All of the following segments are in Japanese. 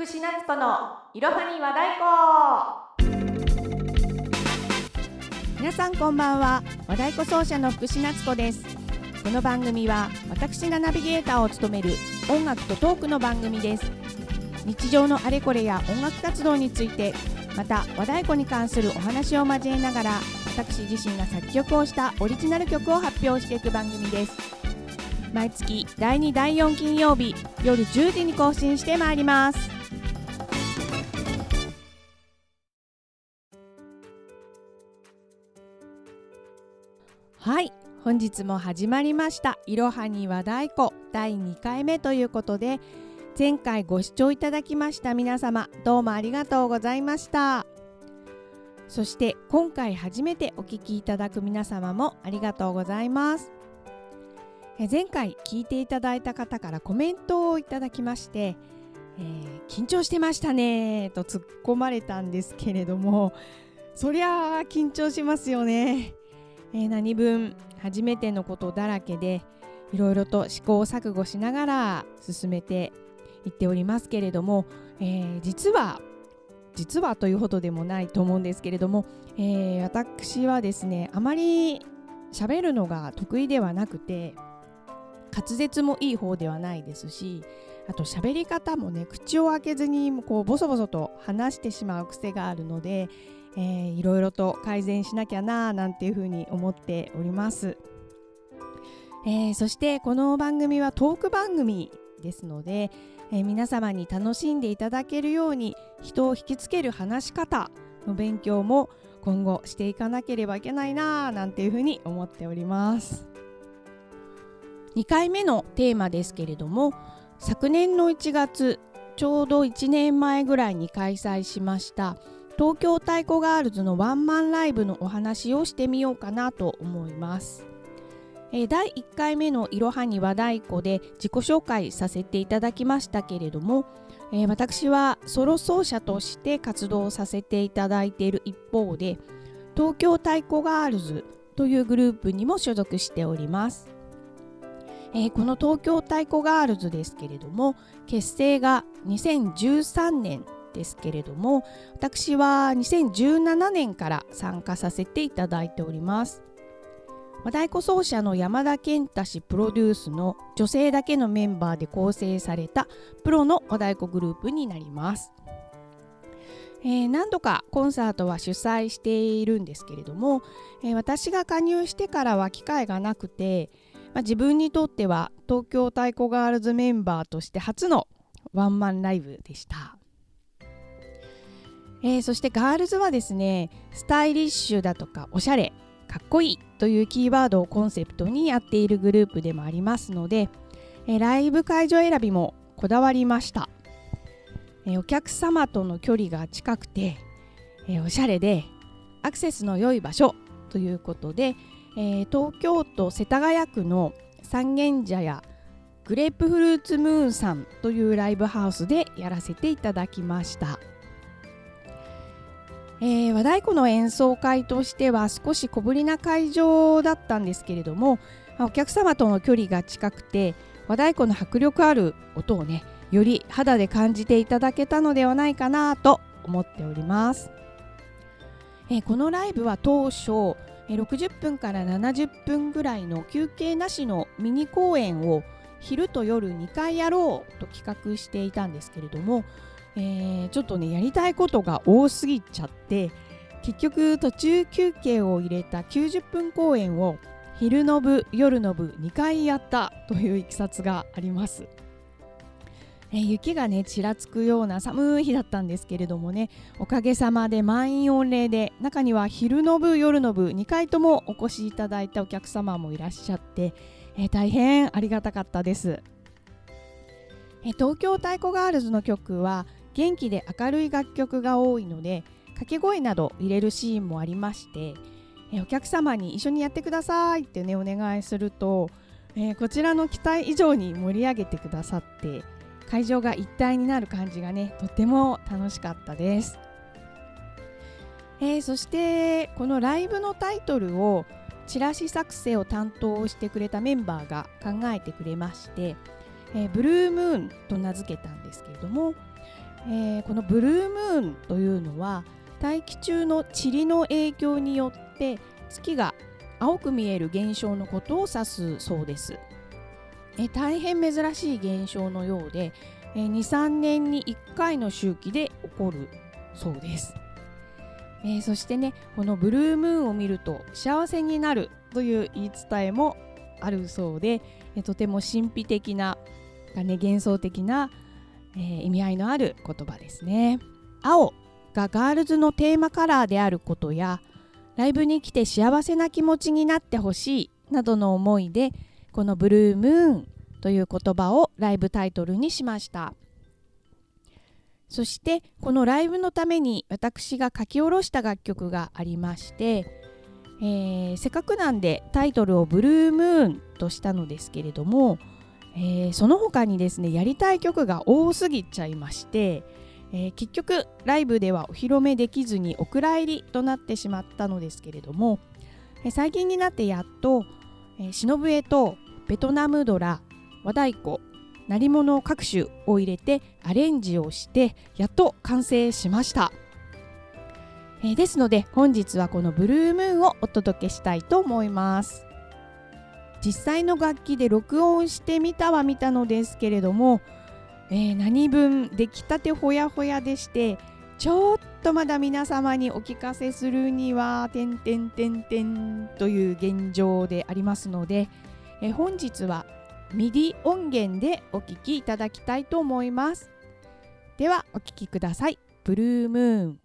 福士夏子のいろはに和太鼓。 皆さんこんばんは。和太鼓奏者の福士夏子です。この番組は私がナビゲーターを務める音楽とトークの番組です。日常のあれこれや音楽活動について、また和太鼓に関するお話を交えながら、私自身が作曲をしたオリジナル曲を発表していく番組です。毎月第2第4金曜日夜10時に更新してまいります。はい、本日も始まりましたいろはに和太鼓第2回目ということで、前回ご視聴いただきました皆様、どうもありがとうございました。そして今回初めてお聞きいただく皆様もありがとうございます。前回聞いていただいた方からコメントをいただきまして、緊張してましたねと突っ込まれたんですけれども、そりゃあ緊張しますよね。何分初めてのことだらけで、いろいろと試行錯誤しながら進めていっておりますけれども、実はというほどでもないと思うんですけれども、私はですね、あまり喋るのが得意ではなくて、滑舌もいい方ではないですし、あと喋り方もね、口を開けずにこうボソボソと話してしまう癖があるので、いろいろと改善しなきゃななんていうふうに思っております。そしてこの番組はトーク番組ですので、皆様に楽しんでいただけるように、人を引きつける話し方の勉強も今後していかなければいけないななんていうふうに思っております。2回目のテーマですけれども、昨年の1月、ちょうど1年前ぐらいに開催しました東京太鼓ガールズのワンマンライブのお話をしてみようかなと思います。第1回目のいろはに和太鼓で自己紹介させていただきましたけれども、私はソロ奏者として活動させていただいている一方で、東京太鼓ガールズというグループにも所属しております。この東京太鼓ガールズですけれども、結成が2013年ですけれども、私は2017年から参加させていただいております。和太鼓奏者の山田健太氏プロデュースの女性だけのメンバーで構成されたプロの和太鼓グループになります。何度かコンサートは主催しているんですけれども、私が加入してからは機会がなくて、自分にとっては東京太鼓ガールズメンバーとして初のワンマンライブでした。そしてガールズはですね、スタイリッシュだとかおしゃれ、かっこいいというキーワードをコンセプトにやっているグループでもありますので、ライブ会場選びもこだわりました。お客様との距離が近くて、おしゃれでアクセスの良い場所ということで、東京都世田谷区の三軒茶屋グレープフルーツムーンさんというライブハウスでやらせていただきました。和太鼓の演奏会としては少し小ぶりな会場だったんですけれども、お客様との距離が近くて、和太鼓の迫力ある音をね、より肌で感じていただけたのではないかなと思っております。このライブは当初60分から70分ぐらいの休憩なしのミニ公演を昼と夜2回やろうと企画していたんですけれども、ちょっとね、やりたいことが多すぎちゃって、結局途中休憩を入れた90分公演を昼の部夜の部2回やったといういきさつがあります。雪がねちらつくような寒い日だったんですけれどもね、おかげさまで満員御礼で、中には昼の部夜の部2回ともお越しいただいたお客様もいらっしゃって、大変ありがたかったです。東京太鼓ガールズの曲は元気で明るい楽曲が多いので、掛け声など入れるシーンもありまして、お客様に一緒にやってくださいってねお願いすると、こちらの期待以上に盛り上げてくださって、会場が一体になる感じがね、とっても楽しかったです。そしてこのライブのタイトルをチラシ作成を担当してくれたメンバーが考えてくれまして、ブルームーンと名付けたんですけれども、 このブルームーンというのは大気中の塵の影響によって月が青く見える現象のことを指すそうです。大変珍しい現象のようで、2、3年に1回の周期で起こるそうです。そしてね、このブルームーンを見ると幸せになるという言い伝えもあるそうで、とても神秘的な、幻想的な、意味合いのある言葉ですね。青がガールズのテーマカラーであることや、ライブに来て幸せな気持ちになってほしいなどの思いで、このブルームーンという言葉をライブタイトルにしました。そしてこのライブのために私が書き下ろした楽曲がありまして、せっかくなんでタイトルをブルームーンとしたのですけれども、その他にですねやりたい曲が多すぎちゃいまして、結局ライブではお披露目できずにお蔵入りとなってしまったのですけれども、最近になってやっと篠笛とベトナムドラ、和太鼓、鳴り物各種を入れてアレンジをしてやっと完成しました。ですので本日はこのブルームーンをお届けしたいと思います。実際の楽器で録音してみたは見たのですけれども、何分出来たてほやほやでして、ちょっとまだ皆様にお聞かせするにはという現状でありますので、本日はMIDI 音源でお聞きいただきたいと思います。ではお聞きください。ブルームーン。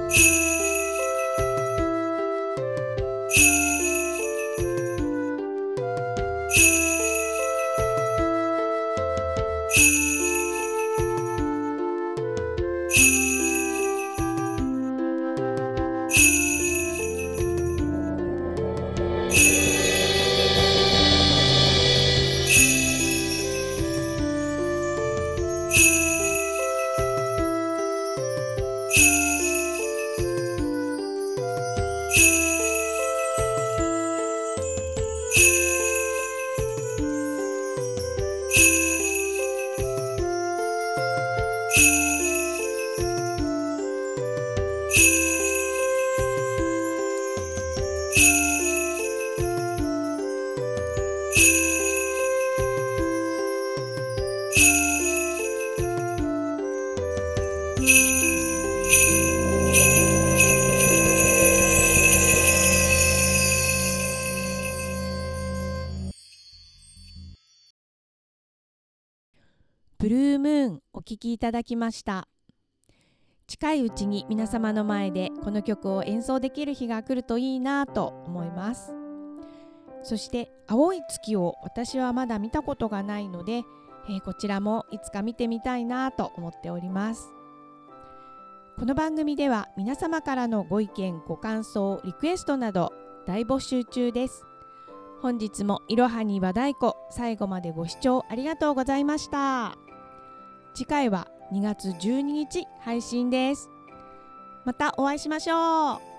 ブルームーンお聴きいただきました。近いうちに皆様の前でこの曲を演奏できる日が来るといいなと思います。そして青い月を私はまだ見たことがないので、こちらもいつか見てみたいなと思っております。この番組では皆様からのご意見ご感想リクエストなど大募集中です。本日もいろはに和太鼓、最後までご視聴ありがとうございました。次回は2月12日配信です。またお会いしましょう。